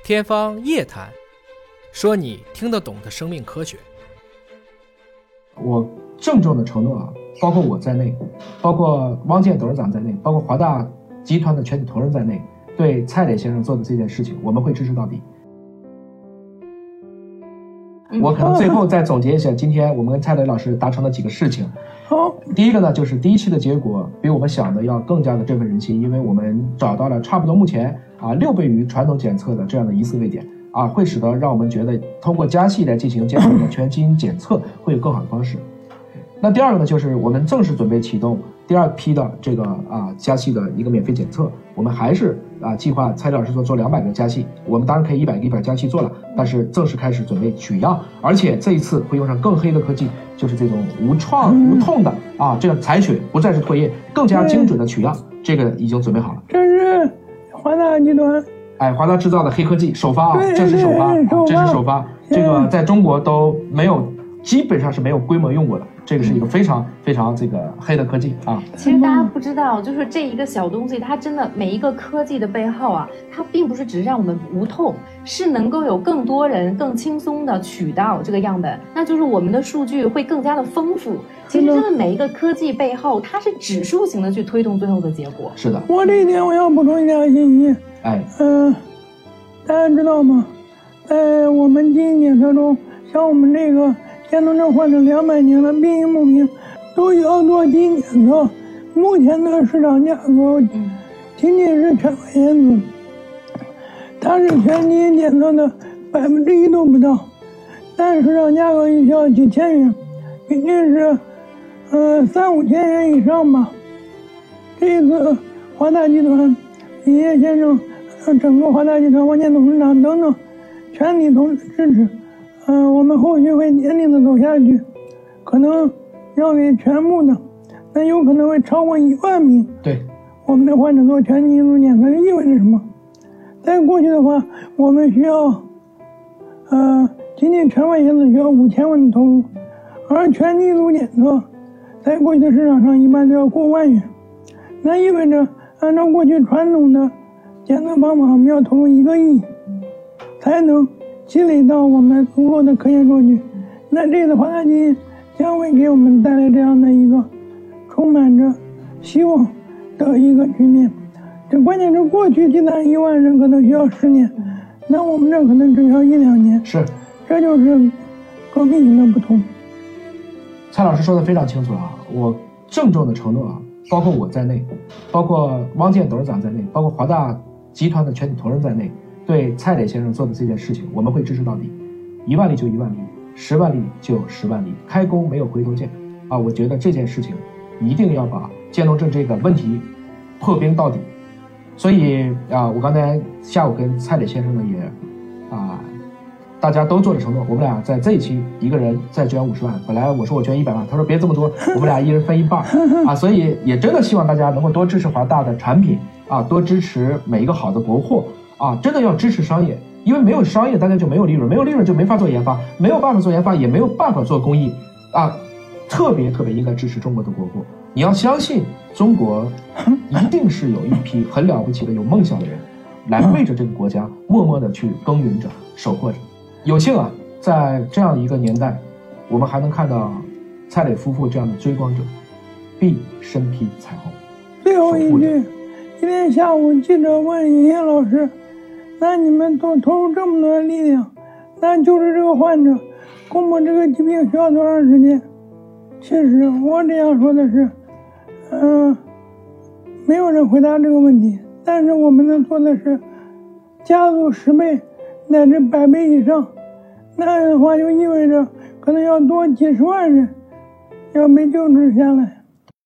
天方夜谭，说你听得懂的生命科学。 我郑重的承诺啊，包括我在内，包括汪建董事长在内，包括华大集团的全体同仁在内，对蔡磊先生做的这件事情，我们会支持到底。我可能最后再总结一下今天我们跟蔡磊老师达成的几个事情。 好， 第一个呢，就是第一期的结果比我们想的要更加的振奋人心，因为我们找到了差不多目前6倍于传统检测的这样的疑似位点会使得让我们觉得通过加系来进行监测的全基因检测会有更好的方式。那第二个呢，就是我们正式准备启动第二批的这个加系的一个免费检测。我们还是计划蔡磊老师说做200个加系，我们当然可以100个加系做了，但是正式开始准备取样，而且这一次会用上更黑的科技，就是这种无痛的这个采血，不再是唾液，更加精准的取样，这个已经准备好了。 这是华大集团华大制造的黑科技首发这是首发，这是首发，这个在中国都没有，基本上是没有规模用过的。这个是一个非常非常这个黑的科技其实大家不知道，就是这一个小东西，它真的每一个科技的背后它并不是只是让我们无痛，是能够有更多人更轻松的取到这个样本，那就是我们的数据会更加的丰富。其实真的每一个科技背后，它是指数型的去推动最后的结果。 是的， 我这一点我要补充一点信息。大家知道吗？在我们基因检测中，像我们这个渐冻症患者200年的病因不明都要做基因检测，目前的市场价格仅仅是全万元子，它是全基因检测的1%都不到，但市场价格也需要几千元，平均是3-5千元以上吧。这次华大集团李烨先生整个华大集团汪建董事长等等全体同志支持，我们后续会坚定的走下去，可能要给全部的，那有可能会超过1万名。 对， 我们的患者做全基因组检测意味着什么？在过去的话，我们需要仅仅全万元子需要5000万的投入，而全基因组检测在过去的市场上一般都要过万元，那意味着按照过去传统的检测方法，我们要投入1个亿才能积累到我们足够的科研数据。那这次华大基因将会给我们带来这样的一个充满着希望的一个局面。这关键是过去积攒1万人可能需要10年，那我们这可能只要1-2年。 是， 这就是革命性的不同。 蔡老师说的非常清楚了我郑重的承诺包括我在内，包括汪建董事长在内，包括华大集团的全体同仁在内，对蔡磊先生做的这件事情，我们会支持到底。1万例就1万例，10万例就10万例，开弓没有回头箭我觉得这件事情一定要把渐冻症这个问题破冰到底。所以我刚才下午跟蔡磊先生呢也大家都做了承诺，我们俩在这一期一个人再捐50万，本来我说我捐100万，他说别这么多，我们俩一人分一半所以也真的希望大家能够多支持华大的产品多支持每一个好的国货真的要支持商业，因为没有商业大家就没有利润，没有利润就没法做研发，没有办法做研发也没有办法做公益特别应该支持中国的国货。你要相信中国一定是有一批很了不起的有梦想的人来为着这个国家默默的去耕耘着守护着。有幸在这样一个年代，我们还能看到蔡磊夫妇这样的追光者必身披彩虹。 最后一句，今天下午记者问尹烨老师，那你们都投入这么多的力量，那救治这个患者公布这个疾病需要多长时间？其实我这样说的是没有人回答这个问题，但是我们能做的是加速10倍乃至100倍以上，那样的话就意味着可能要多几10万人要被救治下来。